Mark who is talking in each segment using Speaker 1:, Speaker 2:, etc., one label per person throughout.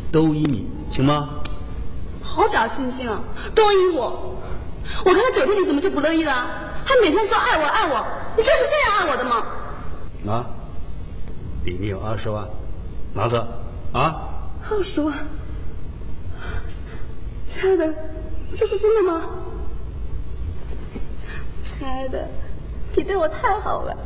Speaker 1: 都依你，行吗？
Speaker 2: 好假惺惺啊！都依我？我看他酒店里怎么就不乐意了？还每天说爱我爱我，你就是这样爱我的吗？
Speaker 1: 啊，里面有20万，拿着啊
Speaker 2: ！20万，亲爱的，这是真的吗？亲爱的，你对我太好了。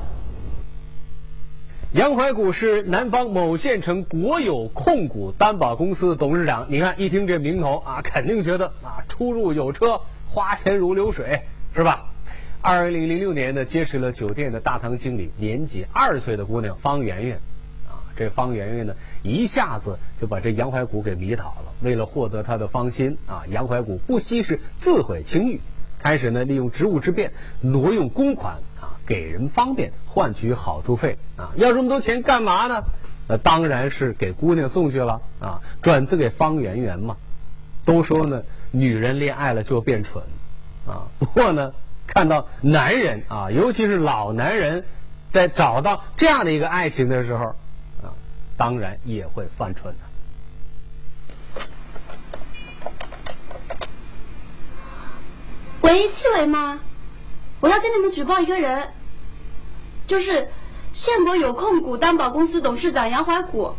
Speaker 3: 杨怀古是南方某县城国有控股担保公司董事长。你看，一听这名头啊，肯定觉得啊出入有车，花钱如流水，是吧？2006年呢，结识了酒店的大堂经理，年仅20岁的姑娘方圆圆。啊，这方圆圆呢，一下子就把这杨怀古给迷倒了。为了获得她的芳心啊，杨怀古不惜是自毁清誉，开始呢利用职务之便挪用公款。给人方便换取好处费啊！要这么多钱干嘛呢？那当然是给姑娘送去了啊！转赠给方圆圆嘛。都说呢，女人恋爱了就变蠢啊。不过呢，看到男人啊，尤其是老男人，在找到这样的一个爱情的时候啊，当然也会犯蠢的。
Speaker 2: 喂，纪委吗？我要跟你们举报一个人，就是县国有控股担保公司董事长杨怀古。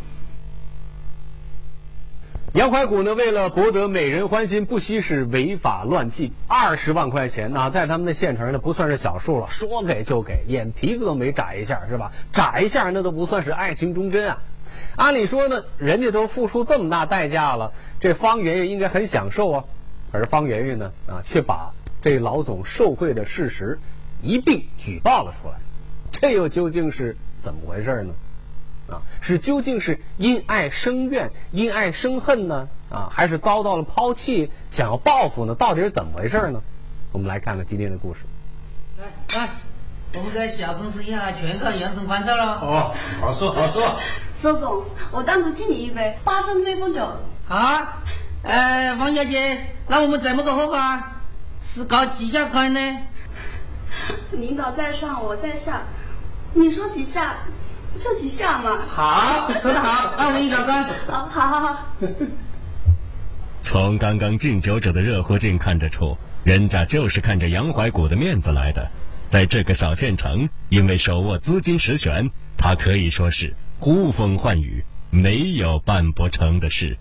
Speaker 3: 杨怀古呢，为了博得美人欢心，不惜是违法乱纪，20万块钱那在他们的县城呢不算是小数了，说给就给，眼皮子都没眨一下，是吧？眨一下那都不算是爱情忠贞啊。按理说呢，人家都付出这么大代价了，这方圆圆应该很享受啊，而方圆圆呢却把这老总受贿的事实一并举报了出来，这又究竟是怎么回事呢？是究竟是因爱生怨、因爱生恨呢？还是遭到了抛弃，想要报复呢？到底是怎么回事呢？我们来看看今天的故事。
Speaker 4: 来，我们在小公司一下全靠杨总关照了。
Speaker 1: 哦，好说好说。
Speaker 2: 周总，我单独敬你一杯花生追风酒。
Speaker 4: 好，王小姐，那我们怎么个喝法？是搞几下开呢？
Speaker 2: 领导在上，我在下，你说几下就几下嘛。
Speaker 4: 好，说得好，那我们一起干。
Speaker 2: 好。
Speaker 5: 从刚刚敬酒者的热乎劲看得出，人家就是看着杨怀古的面子来的。在这个小县城，因为手握资金实权，他可以说是呼风唤雨，没有办不成的事。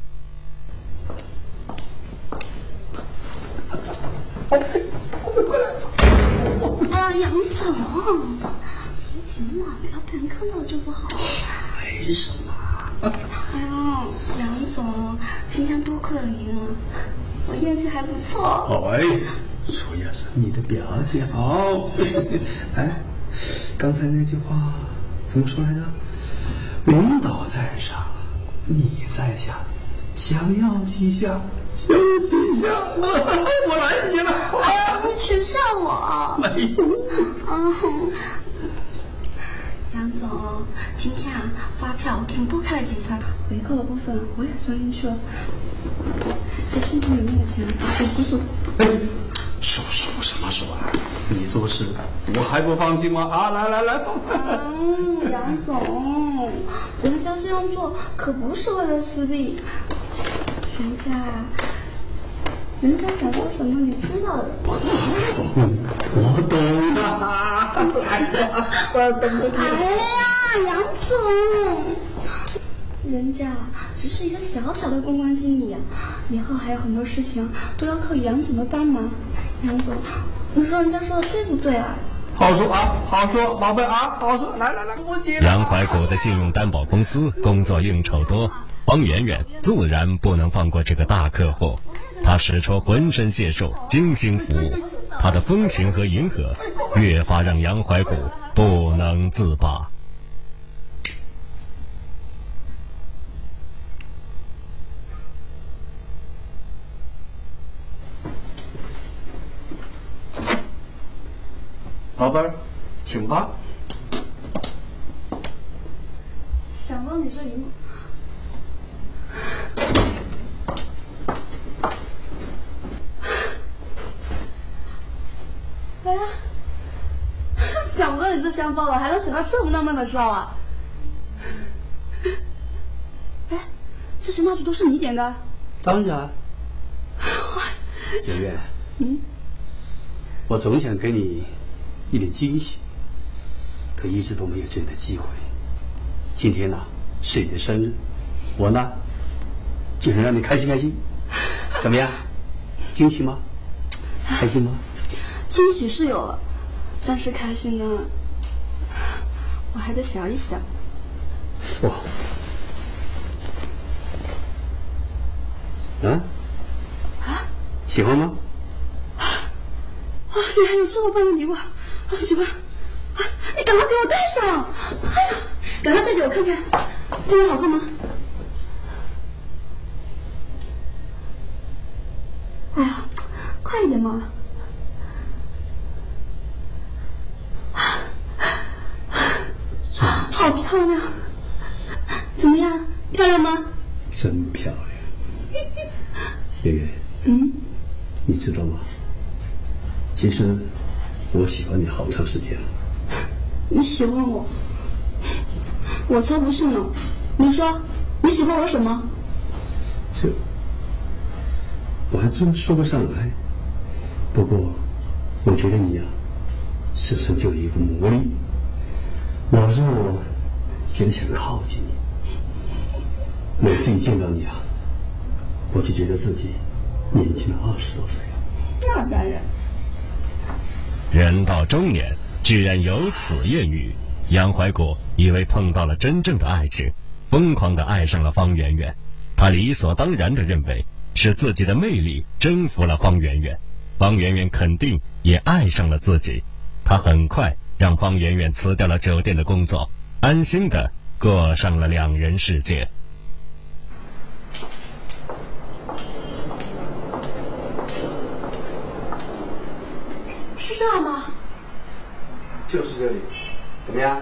Speaker 2: 杨总，别急嘛，不要被人看到就不好。
Speaker 1: 没什么。
Speaker 2: 哎呦，杨总，今天多亏了您啊，我业绩还不错。
Speaker 1: 哎，主要是你的表现好。哎，刚才那句话怎么说来着？领导在上，你在下，想要几下就几下。我来就行了。
Speaker 2: 哎呀，你取笑我。
Speaker 1: 没有。
Speaker 2: 杨总，今天发票我给你多开了几餐，回扣的部分我也算进去了。这信封里面的钱我数。
Speaker 1: 数什么数啊？你做事我还不放心吗？来。
Speaker 2: 杨总，人家这样做可不是为了私利，人家想说什么你知道的。
Speaker 1: 我懂了。我懂得。
Speaker 2: 哎呀，杨总，人家只是一个小小的公关经理，以后还有很多事情都要靠杨总的帮忙。杨总，你说人家说的对不对啊？
Speaker 1: 好说啊，好说，宝贝啊，好说。来，我接。
Speaker 5: 杨怀古的信用担保公司工作应酬多，方圆圆自然不能放过这个大客户。他使出浑身解数，精心服务，他的风情和迎合，越发让杨怀古不能自拔。
Speaker 1: 宝贝儿，请吧。
Speaker 2: 想到你这一幕。哎呀，想不到你这香包了，还能想到这么浪漫的事儿啊！哎， 这些蜡烛都是你点的？
Speaker 1: 当然。圆圆，我总想给你一点惊喜，可一直都没有这样的机会。今天呢，是你的生日，我呢，就想让你开心开心。怎么样？惊喜吗？开心吗？
Speaker 2: 惊喜是有了，但是开心呢，我还得想一想。
Speaker 1: 哇！喜欢吗？
Speaker 2: 你还有这么棒的礼物，喜欢！你赶快给我戴上！哎呀，赶快戴给我看看，对我好看吗？哎呀，快一点嘛！好漂亮！怎么样？漂亮吗？
Speaker 1: 真漂亮，圆圆。你知道吗？其实我喜欢你好长时间了。
Speaker 2: 你喜欢我？我才不是呢！你说你喜欢我什么？
Speaker 1: 这我还真说不上来。不过我觉得你呀，身上就有一股魔力，老让我觉得想靠近你。每次一见到你啊，我就觉得自己年轻了20多岁了。
Speaker 2: 那当然。
Speaker 5: 人到中年，居然有此艳遇，杨怀古以为碰到了真正的爱情，疯狂地爱上了方圆圆。他理所当然地认为是自己的魅力征服了方圆圆，方圆圆肯定也爱上了自己。他很快让方圆圆辞掉了酒店的工作，安心地过上了两人世界。
Speaker 2: 是这样吗？
Speaker 1: 就是这里，怎么样？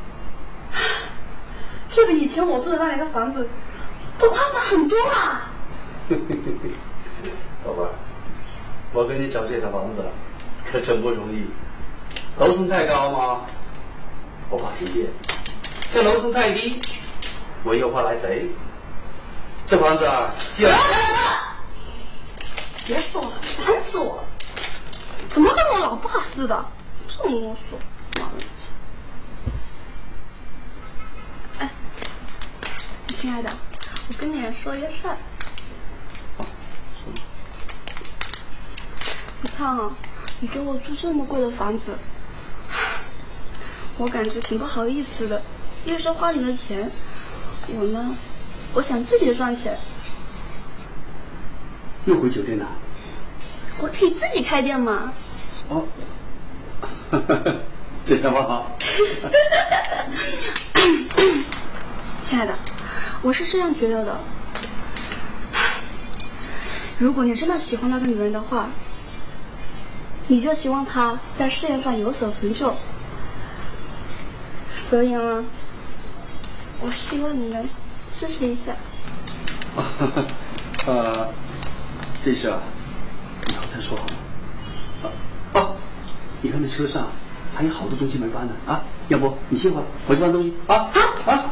Speaker 2: 这比以前我住的那两个房子都宽敞很多啊！
Speaker 1: 宝贝儿，我给你找这套房子可真不容易，楼层太高嘛，我怕停电；这楼层太低，我又怕来贼。这房子啊，
Speaker 2: 别说了，烦死我了！怎么跟我老爸似的，这么啰嗦，老人家。哎，亲爱的，我跟你说一个事儿。你看啊，你给我租这么贵的房子，我感觉挺不好意思的。一是花你的钱，我想自己赚钱。
Speaker 1: 又回酒店了？
Speaker 2: 我可以自己开店嘛。
Speaker 1: 哦，这想法好。
Speaker 2: 亲爱的，我是这样觉得的。如果你真的喜欢那个女人的话，你就希望她在事业上有所成就。所以呢，我希望你能支持一下。
Speaker 1: 这事啊，以后再说好吗？你看那车上还有好多东西没搬呢啊！要不你歇会儿，我去搬东西啊！好，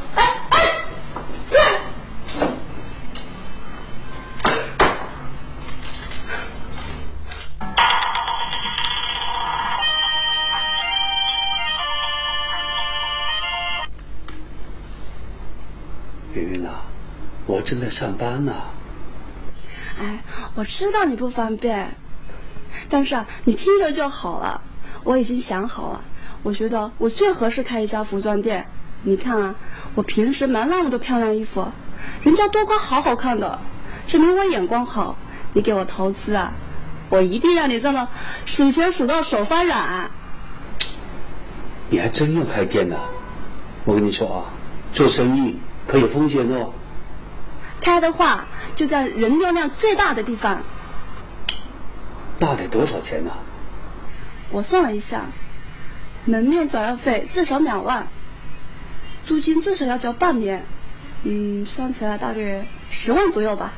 Speaker 1: 圆圆呐，我正在上班呢。
Speaker 2: 哎，我知道你不方便，但是啊，你听着就好了。我已经想好了，我觉得我最合适开一家服装店。你看啊，我平时买那么多漂亮衣服，人家多夸好好看的，证明我眼光好。你给我投资啊，我一定让你这么数钱数到手发软。
Speaker 1: 你还真要开店呢？我跟你说啊，做生意可有风险哦。
Speaker 2: 开的话就在人流量最大的地方。
Speaker 1: 大得多少钱呢？
Speaker 2: 我算了一下，门面转让费至少2万，租金至少要交半年，算起来大约10万左右吧。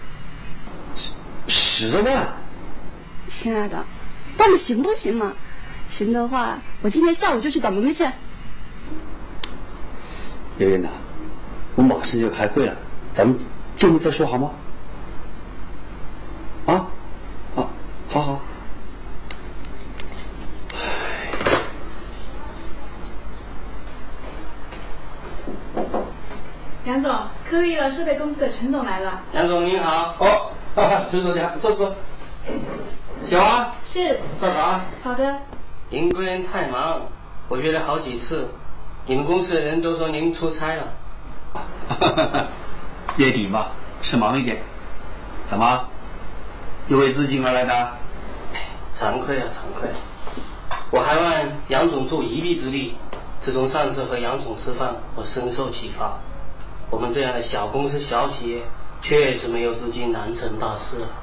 Speaker 1: 10万？
Speaker 2: 亲爱的，到底行不行嘛？行的话，我今天下午就去找门面去。
Speaker 1: 圆圆呐，我马上就开会了，咱们见面再说好吗？啊，好，好好。
Speaker 6: 杨总，科娱乐设备公司的陈总来了。
Speaker 4: 杨总您好。
Speaker 1: 哦，陈总你好，坐。小王。
Speaker 6: 是。
Speaker 1: 干啥？
Speaker 6: 好的。
Speaker 4: 您贵人太忙，我约了好几次，你们公司的人都说您出差了。
Speaker 1: 月底嘛，是忙一点。怎么？又为资金而来的？
Speaker 4: 惭愧啊，惭愧！我还望杨总助一臂之力。自从上次和杨总吃饭，我深受启发。我们这样的小公司、小企业，确实没有资金难成大事啊。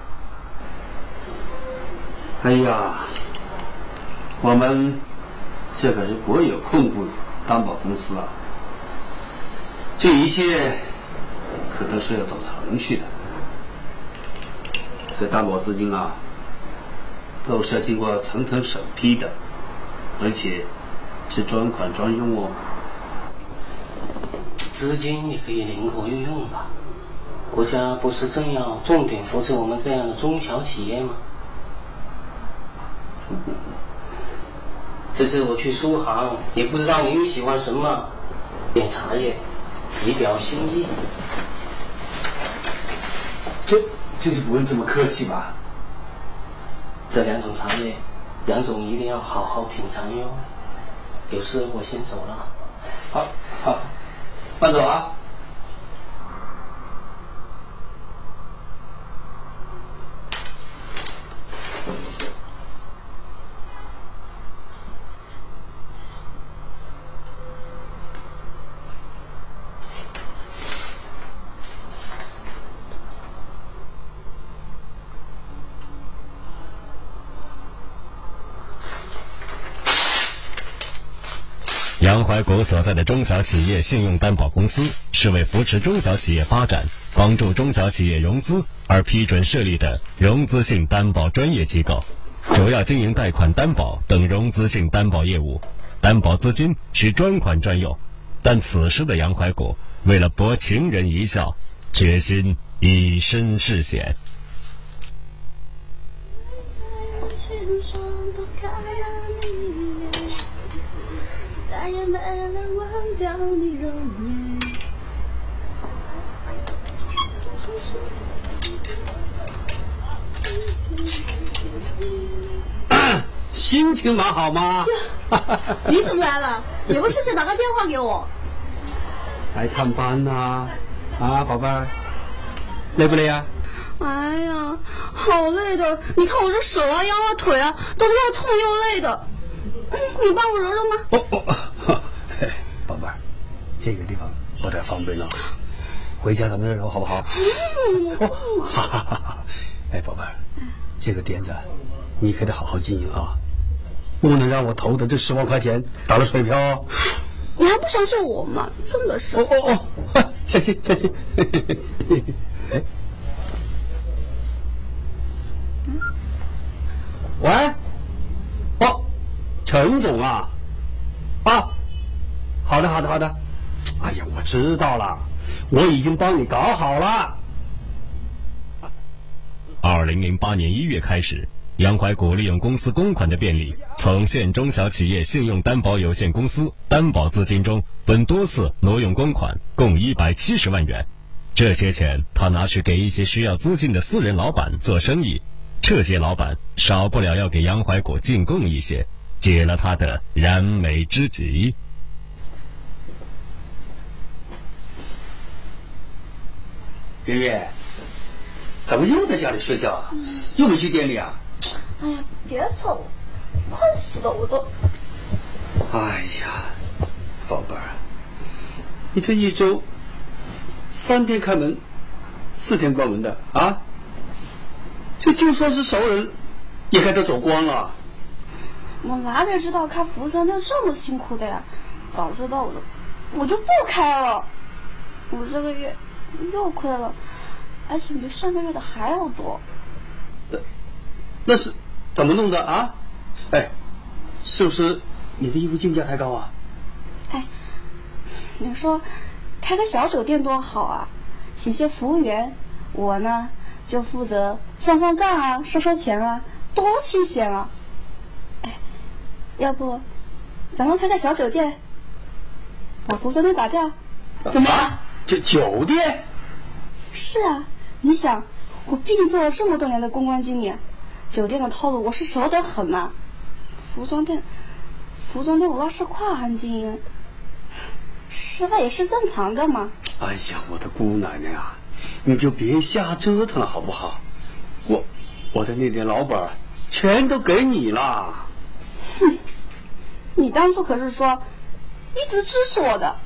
Speaker 1: 哎呀，我们这可是国有控股担保公司啊，这一切可都是要走程序的。这担保资金啊，都是要经过层层审批的，而且是专款专用哦。
Speaker 4: 资金也可以灵活运用吧？国家不是正要重点扶持我们这样的中小企业吗？这次我去苏杭，也不知道您喜欢什么，点茶叶，以表心意。
Speaker 1: 这是不用这么客气吧？
Speaker 4: 这2种茶叶，杨总一定要好好品尝哟。有事我先走了。
Speaker 1: 好，慢走啊。
Speaker 5: 杨怀国所在的中小企业信用担保公司是为扶持中小企业发展、帮助中小企业融资而批准设立的融资性担保专业机构，主要经营贷款担保等融资性担保业务，担保资金是专款专用。但此时的杨怀国为了博情人一笑，决心以身试险。
Speaker 2: 再也没能忘掉你容颜。
Speaker 1: 心情蛮好吗？
Speaker 2: 你怎么来了？有没有事先打个电话给我？
Speaker 1: 来探班呐，宝贝儿，累不累啊？
Speaker 2: 哎呀，好累的！你看我这手啊、腰啊、腿啊，都又痛又累的。你帮我揉揉吗？
Speaker 1: 宝贝儿，这个地方不太方便了，回家咱们再揉好不好？哎，宝贝儿，这个店子你可得好好经营啊，不能让我投的这10万块钱打了水漂哦。
Speaker 2: 你还不相信我吗？真的是。
Speaker 1: 相信。哎，喂，陈总啊，好的。哎呀，我知道了，我已经帮你搞好了。
Speaker 5: 2008年1月开始，杨怀国利用公司公款的便利，从县中小企业信用担保有限公司担保资金中分多次挪用公款，共170万元。这些钱他拿去给一些需要资金的私人老板做生意，这些老板少不了要给杨怀国进贡一些，解了他的燃眉之急。
Speaker 1: 月月，怎么又在家里睡觉啊？又没去店里啊？
Speaker 2: 哎呀，别吵我，困死了我都。
Speaker 1: 哎呀，宝贝儿，你这一周3天开门，4天关门的啊？这就算是熟人，也该都走光了。
Speaker 2: 我哪里知道开服装店这么辛苦的呀？早知道我就不开了。我这个月又亏了，而且比上个月的还要多。
Speaker 1: 那是怎么弄的啊？哎，是不是你的衣服进价太高啊？
Speaker 2: 哎，你说开个小酒店多好啊！ 写些服务员，我呢就负责算算账啊，收收钱啊，多清闲啊！哎，要不咱们开个小酒店，把服装店打掉，怎么样？
Speaker 1: 酒店？
Speaker 2: 是啊，你想，我毕竟做了这么多年的公关经理，酒店的套路我是熟得很呐。服装店我那是跨行经营，失败也是正常的嘛。
Speaker 1: 哎呀，我的姑奶奶啊，你就别瞎折腾了好不好？我的那点老本全都给你了。
Speaker 2: 哼，你当初可是说一直支持我的，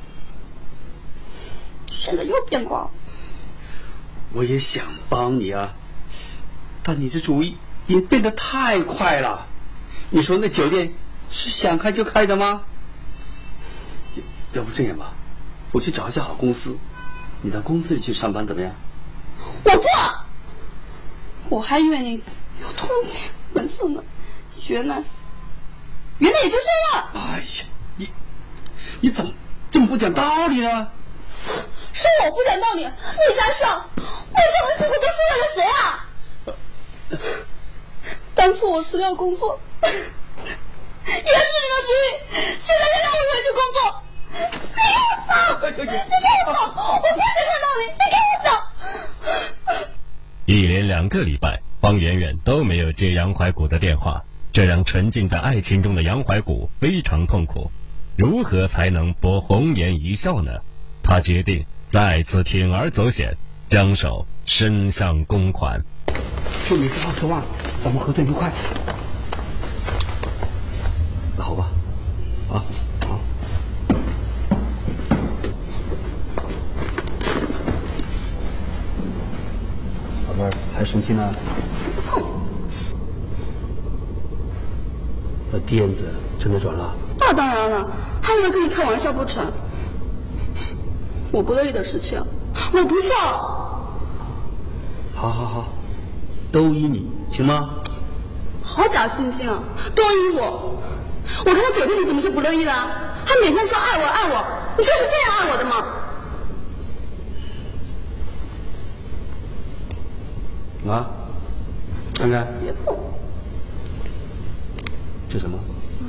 Speaker 2: 现在又变卦。
Speaker 1: 我也想帮你啊，但你这主意也变得太快了。你说那酒店是想开就开的吗？要不这样吧，我去找一家好公司，你到公司里去上班怎么样？
Speaker 2: 我不，我还以为你有通天本事呢，原来也就这样。
Speaker 1: 哎呀，你怎么这么不讲道理呢？
Speaker 2: 说我不讲道理，你才说，我这么辛苦都是为了谁啊？当初我辞掉工作也是你的主意，现在又让我回去工作，你给我走！你给我走！我不想看到你，你给我走！
Speaker 5: 一连2个礼拜，方圆圆都没有接杨怀古的电话，这让沉浸在爱情中的杨怀古非常痛苦。如何才能博红颜一笑呢？他决定再次铤而走险，将手伸向公款。
Speaker 1: 就你这20万，咱们合作愉快。那好吧，啊，好。宝贝儿，还生气呢？那垫子真的转了？
Speaker 2: 那当然了，还以为跟你开玩笑不成？我不乐意的事情，我不做。
Speaker 1: 好，都依你，行吗？
Speaker 2: 好假惺惺啊！都依我。我看到酒店你怎么就不乐意了？还每天说爱我，你就是这样爱我的吗？
Speaker 1: 啊，看看，
Speaker 2: 别碰！
Speaker 1: 这什么？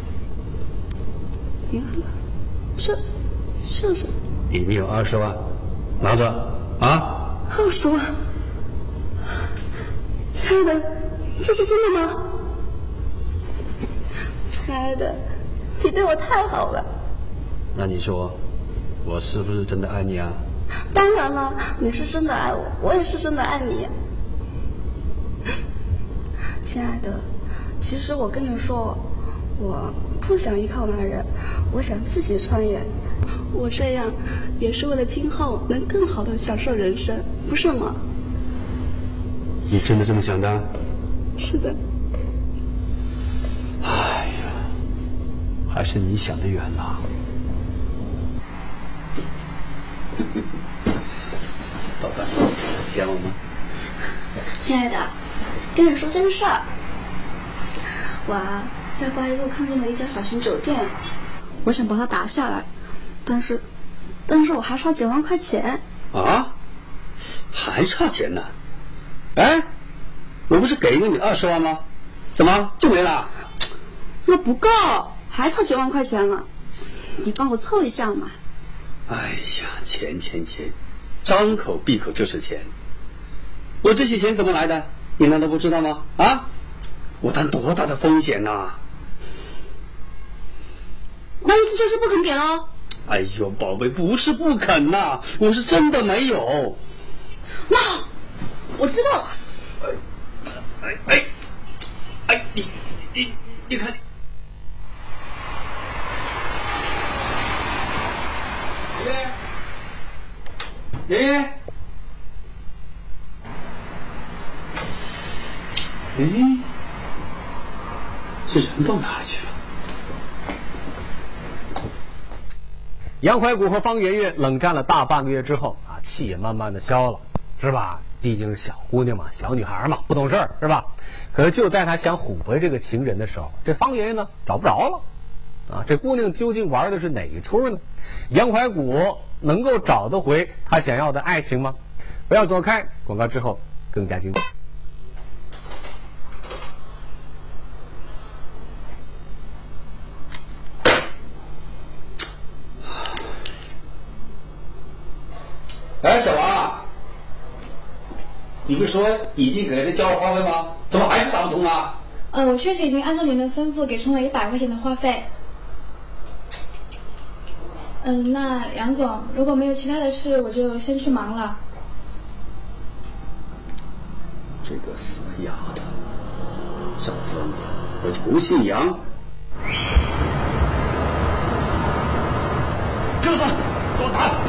Speaker 2: 银行卡，这是
Speaker 1: 里面有20万，拿着啊
Speaker 2: ！20万，亲爱的，这是真的吗？亲爱的，你对我太好了。
Speaker 1: 那你说，我是不是真的爱你啊？
Speaker 2: 当然了，你是真的爱我，我也是真的爱你。亲爱的，其实我跟你说，我不想依靠男人，我想自己创业。我这样也是为了今后能更好的享受人生，不是吗？
Speaker 1: 你真的这么想的？
Speaker 2: 是的。
Speaker 1: 哎呀，还是你想的远呐。宝贝，想我吗？
Speaker 2: 亲爱的，跟你说件事儿。我在八一路看中了一家小型酒店，我想把它打下来，但是我还差几万块钱。
Speaker 1: 啊？还差钱呢？哎，我不是给了你20万吗？怎么就没了？
Speaker 2: 那不够，还差几万块钱了，你帮我凑一下嘛。
Speaker 1: 哎呀，钱，张口闭口就是钱。我这些钱怎么来的？你难道不知道吗？啊，我担多大的风险呐！
Speaker 2: 那意思就是不肯给了？
Speaker 1: 哎呦，宝贝，不是不肯呐，我是真的没有。
Speaker 2: 那我知道了。
Speaker 1: 哎，你看。爷爷，哎，这人到哪去了？
Speaker 3: 杨怀古和方圆圆冷战了大半个月之后啊，气也慢慢的消了，是吧？毕竟是小姑娘嘛，小女孩嘛，不懂事儿，是吧？可是就在她想唬回这个情人的时候，这方圆圆呢找不着了，啊，这姑娘究竟玩的是哪一出呢？杨怀古能够找得回他想要的爱情吗？ 不要走开，广告之后更加精彩。
Speaker 1: 哎，小王，你不是说已经给他交了话费吗？怎么还是打不通啊？
Speaker 6: 我确实已经按照您的吩咐给充了100块钱的话费。那杨总，如果没有其他的事，我就先去忙了。
Speaker 1: 这个死丫头，早知道我就不姓杨。就是，给我打！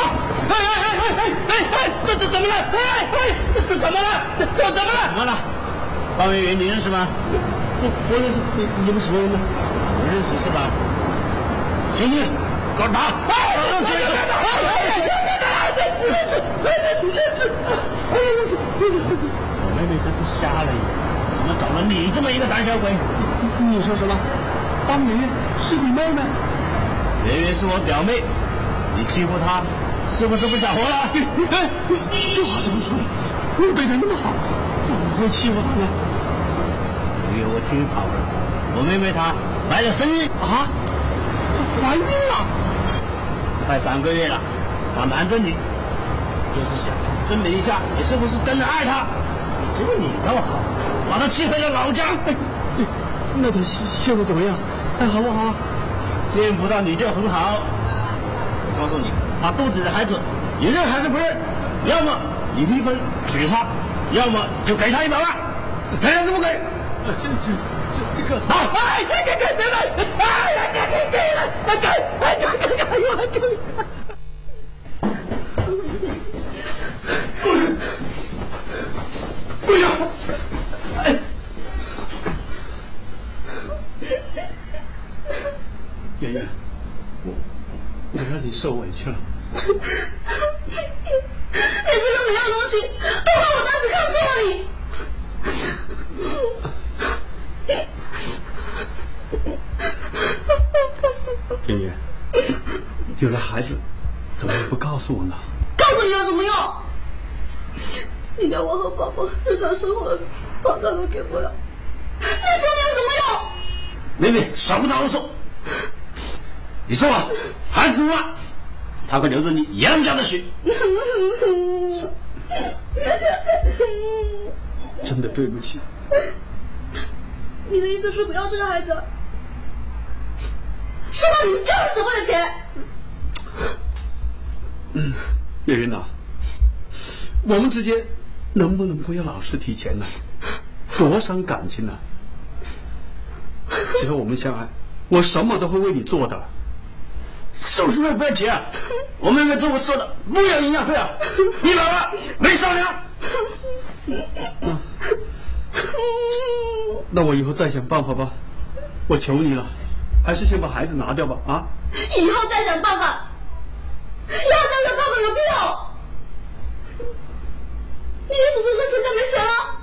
Speaker 1: 这怎么了？这怎么了？这怎么了？
Speaker 7: 怎么了？方圆圆，你认识吗？
Speaker 1: 我认识，你们什么人呢？
Speaker 7: 不认识是吧？行，给我打！我妹妹真是瞎了眼，怎么找了你这么一个胆小鬼？
Speaker 1: 你说什么？方圆圆是你妹妹？
Speaker 7: 圆圆是我表妹，你欺负她，是不是不想活了？
Speaker 1: 这话怎么说的？我对她那么好，怎么会欺负她呢？
Speaker 7: 因为我听跑了，我妹妹她怀了身孕
Speaker 1: 啊，怀孕了，
Speaker 7: 快3个月了，她瞒着你，就是想证明一下你是不是真的爱她。结果你倒好，把她气回了老家。
Speaker 1: 那她现在怎么样？还好不好？
Speaker 7: 见不到你就很好。我告诉你，她肚子的孩子，你认还是不认？要么你离婚娶她，要么就给她100万，给还是不给？
Speaker 1: 这个
Speaker 7: 好，
Speaker 1: 不要！圆圆，我让你受委屈了。
Speaker 2: 你是个没有东西，都怪我当时看错了你。
Speaker 1: 圆圆，有了孩子，怎么也不告诉我呢？
Speaker 2: 告诉你有什么用？你连我和宝宝日常生活的保障都给不了，你说你有什么用？
Speaker 7: 妹妹，少不叨嗦。你说吧，孩子嘛，他会流着你杨家的血。
Speaker 1: 真的对不起。
Speaker 2: 你的意思是不要这个孩子？说到你就是为了钱。
Speaker 1: 圆圆呐，我们之间能不能不要老是提钱呢？多伤感情呢！只要我们相爱，我什么都会为你做的。
Speaker 7: 就是为不要钱，我妹妹这么说的，不要营养费啊，100万没商量。
Speaker 1: 那我以后再想办法吧，我求你了，还是先把孩子拿掉吧啊！
Speaker 2: 以后再想办法，有必要？你意思是说现在没钱了？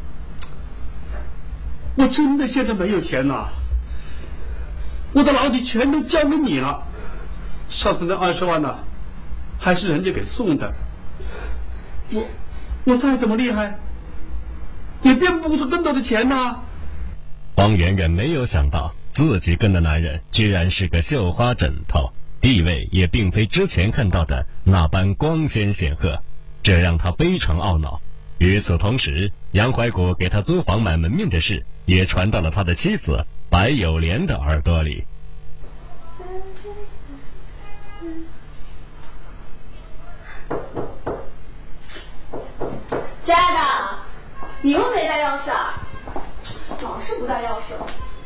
Speaker 1: 我真的现在没有钱了，我的老底全都交给你了。上次那20万呢，还是人家给送的。我再怎么厉害，也变不出更多的钱呐。
Speaker 5: 方圆圆没有想到自己跟的男人居然是个绣花枕头，地位也并非之前看到的那般光鲜显赫，这让他非常懊恼。与此同时，杨怀古给他租房买门面的事也传到了他的妻子白有莲的耳朵里。
Speaker 2: 亲爱的，你又没带钥匙啊？老是不带钥匙。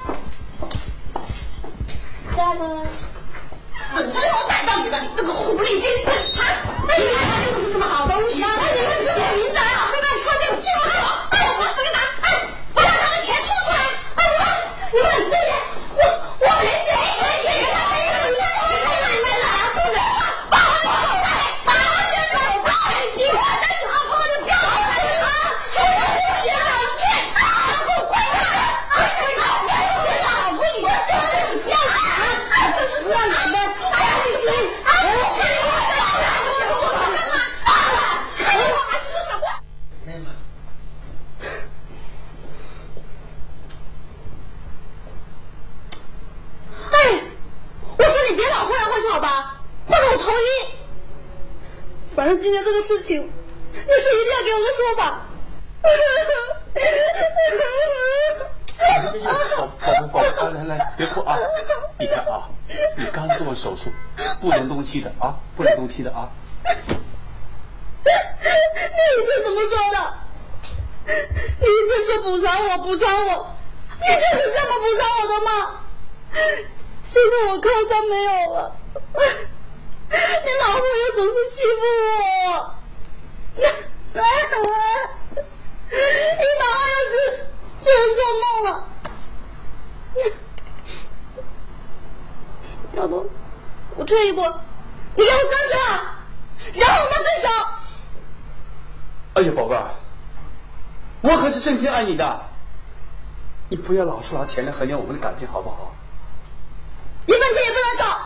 Speaker 2: 亲爱的，怎真有逮到你的，你这个狐狸精！你看他又不是什么好东西，你们是贱民仔啊！会把你穿这种欺负我！我死给打！我让他的钱吐出来！你们冷静点！我没钱，你看我你在哪啊？是不是？把我的口袋，把我的钱我包你！我的小朋友就不要来了啊！出来！你冷静啊！给我跪下来！我现在不要来！真的是让你们！ 同意。反正今天这个事情，你是一定要给我个说法。
Speaker 1: 宝贝，来，别哭啊！你看啊，你刚做手术，不能动气的啊，不能动气的啊。
Speaker 2: 你以前怎么说的？你以前说补偿我，你就是这么补偿我的吗？现在我靠山没有了，你老婆又总是欺负我，你马上要是只能做梦了。要不我退一步，你给我30万，然后我们分手。
Speaker 1: 哎呀，宝贝儿，我可是真心爱你的，你不要老是拿钱来衡量我们的感情，好不好
Speaker 2: ？1分钱也不能少。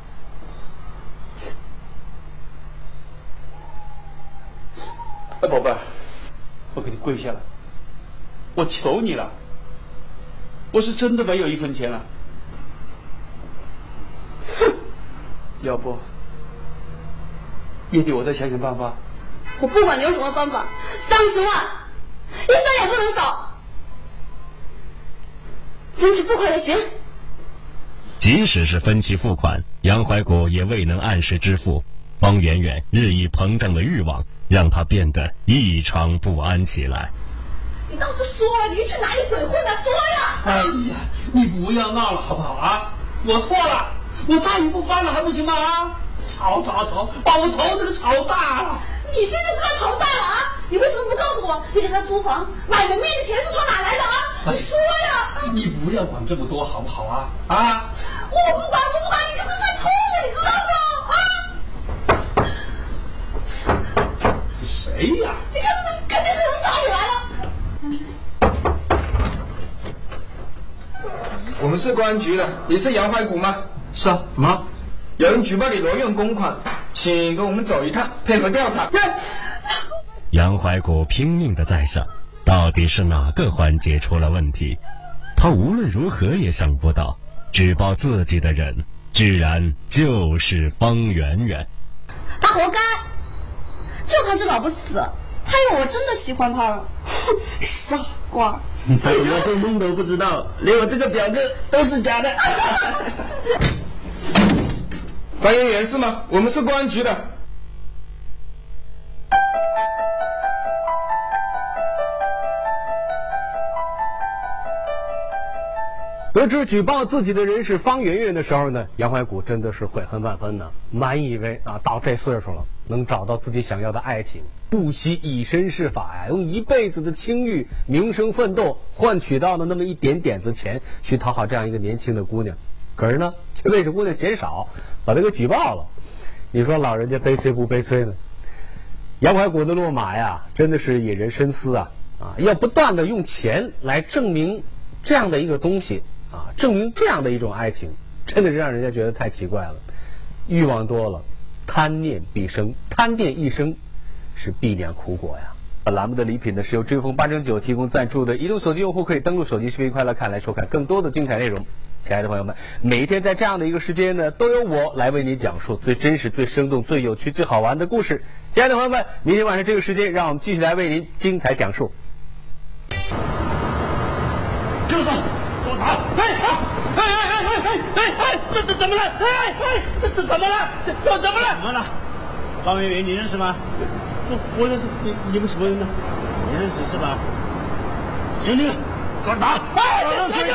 Speaker 1: 哎，宝贝儿，我给你跪下了，我求你了，我是真的没有1分钱了。要不月底我再想想办法。
Speaker 2: 我不管你有什么办法，30万，1分也不能少，分期付款也行。
Speaker 5: 即使是分期付款，杨怀古也未能按时支付。方圆圆日益膨胀的欲望让他变得异常不安起来。
Speaker 2: 你倒是说了，你去哪里鬼混啊？说呀！
Speaker 1: 哎呀，你不要闹了好不好啊？我错了，我再也不翻了还不行吗？啊！吵，把我头都给吵大了。
Speaker 2: 你现在知道头大了啊？你为什么不告诉我，你给他租房买门面的钱是从哪来的啊？你说呀！
Speaker 1: 你不要管这么多好不好啊？啊！
Speaker 2: 我不管，你就是犯错了，你知道吗？啊！
Speaker 1: 是谁呀？
Speaker 2: 你看这肯定是人找你来了。
Speaker 8: 我们是公安局的，你是杨怀古吗？
Speaker 1: 是啊，怎么了？
Speaker 8: 有人举报你挪用公款，请跟我们走一趟，配合调查。
Speaker 5: 杨怀古拼命地在想，到底是哪个环节出了问题？他无论如何也想不到，举报自己的人居然就是方圆圆。
Speaker 2: 他活该，就他这老不死，他以为我真的喜欢他了。傻瓜！
Speaker 7: 我做梦都不知道，连我这个表哥都是假的。
Speaker 8: 方圆圆是吗？我们是公安局的。
Speaker 3: 得知举报自己的人是方圆圆的时候呢，杨怀古真的是悔恨万分呢。满以为到这岁数了，能找到自己想要的爱情，不惜以身试法呀，用一辈子的清誉、名声奋斗，换取到的那么一点点子钱，去讨好这样一个年轻的姑娘。可是呢，却为这姑娘嫌少，把她给举报了。你说老人家悲催不悲催呢？杨怀古的落马呀，真的是引人深思啊！要不断的用钱来证明这样的一个东西。证明这样的一种爱情，真的是让人家觉得太奇怪了。欲望多了，贪念必生，贪念一生，是必酿苦果呀。本栏目的礼品呢是由追风8.9提供赞助的，移动手机用户可以登录手机视频快乐看来收看更多的精彩内容。亲爱的朋友们，每一天在这样的一个时间呢，都由我来为你讲述最真实、最生动、最有趣、最好玩的故事。亲爱的朋友们，明天晚上这个时间，让我们继续来为您精彩讲述。
Speaker 7: 就是打！这怎么了？这怎么了？这怎么了？怎么了？方圆圆，你认识吗？我认识。你们什么人呢？不认识是吧？兄弟们，给我打！认识！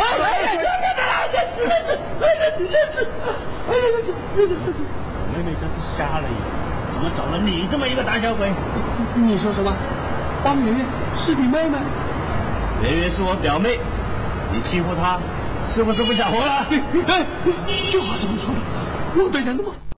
Speaker 7: 我妹妹真是瞎了眼，怎么找了你这么一个胆小鬼？
Speaker 1: 你说什么？方圆圆是你妹妹？
Speaker 7: 圆圆是我表妹，你欺负她，是不是不想活了？
Speaker 1: 这话怎么说的？我对人那么